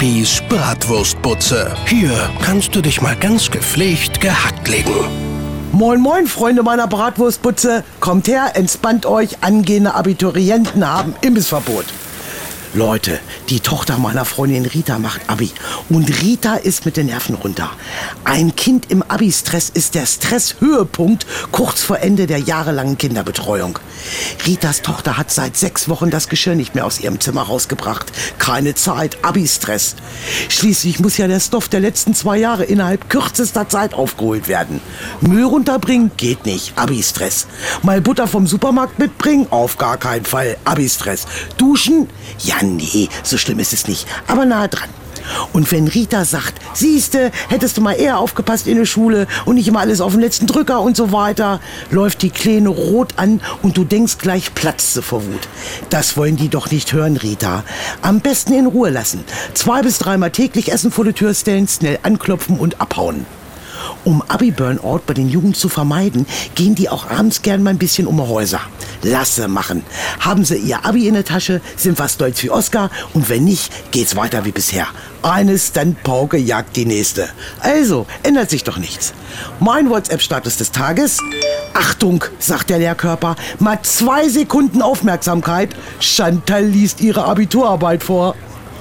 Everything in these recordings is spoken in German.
Bibis Bratwurstbutze. Hier kannst du dich mal ganz gepflegt gehackt legen. Moin moin, Freunde meiner Bratwurstbutze. Kommt her, entspannt euch, angehende Abiturienten haben Imbissverbot. Leute, die Tochter meiner Freundin Rita macht Abi und Rita ist mit den Nerven runter. Ein Kind im Abi-Stress ist der Stresshöhepunkt kurz vor Ende der jahrelangen Kinderbetreuung. Ritas Tochter hat seit 6 Wochen das Geschirr nicht mehr aus ihrem Zimmer rausgebracht. Keine Zeit, Abi-Stress. Schließlich muss ja der Stoff der letzten 2 Jahre innerhalb kürzester Zeit aufgeholt werden. Müll runterbringen geht nicht, Abi-Stress. Mal Butter vom Supermarkt mitbringen? Auf gar keinen Fall, Abi-Stress. Duschen? Ja, nee, so schlimm ist es nicht, aber nahe dran. Und wenn Rita sagt, siehste, hättest du mal eher aufgepasst in der Schule und nicht immer alles auf den letzten Drücker und so weiter, läuft die Kleine rot an und du denkst gleich, platzt sie vor Wut. Das wollen die doch nicht hören, Rita. Am besten in Ruhe lassen. 2 bis 3 Mal täglich Essen vor die Tür stellen, schnell anklopfen und abhauen. Um Abi-Burnout bei den Jugend zu vermeiden, gehen die auch abends gern mal ein bisschen um die Häuser. Lasse machen. Haben sie ihr Abi in der Tasche, sind wir stolz wie Oscar und wenn nicht, geht's weiter wie bisher. Eine Standpauke jagt die nächste. Also, ändert sich doch nichts. Mein WhatsApp-Status des Tages. Achtung, sagt der Lehrkörper, mal 2 Sekunden Aufmerksamkeit. Chantal liest ihre Abiturarbeit vor.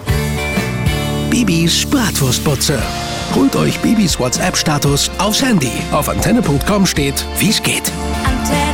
Bibis Bratwurstbutze. Holt euch Bibis WhatsApp-Status aufs Handy. Auf antenne.com steht, wie's geht. Antenne.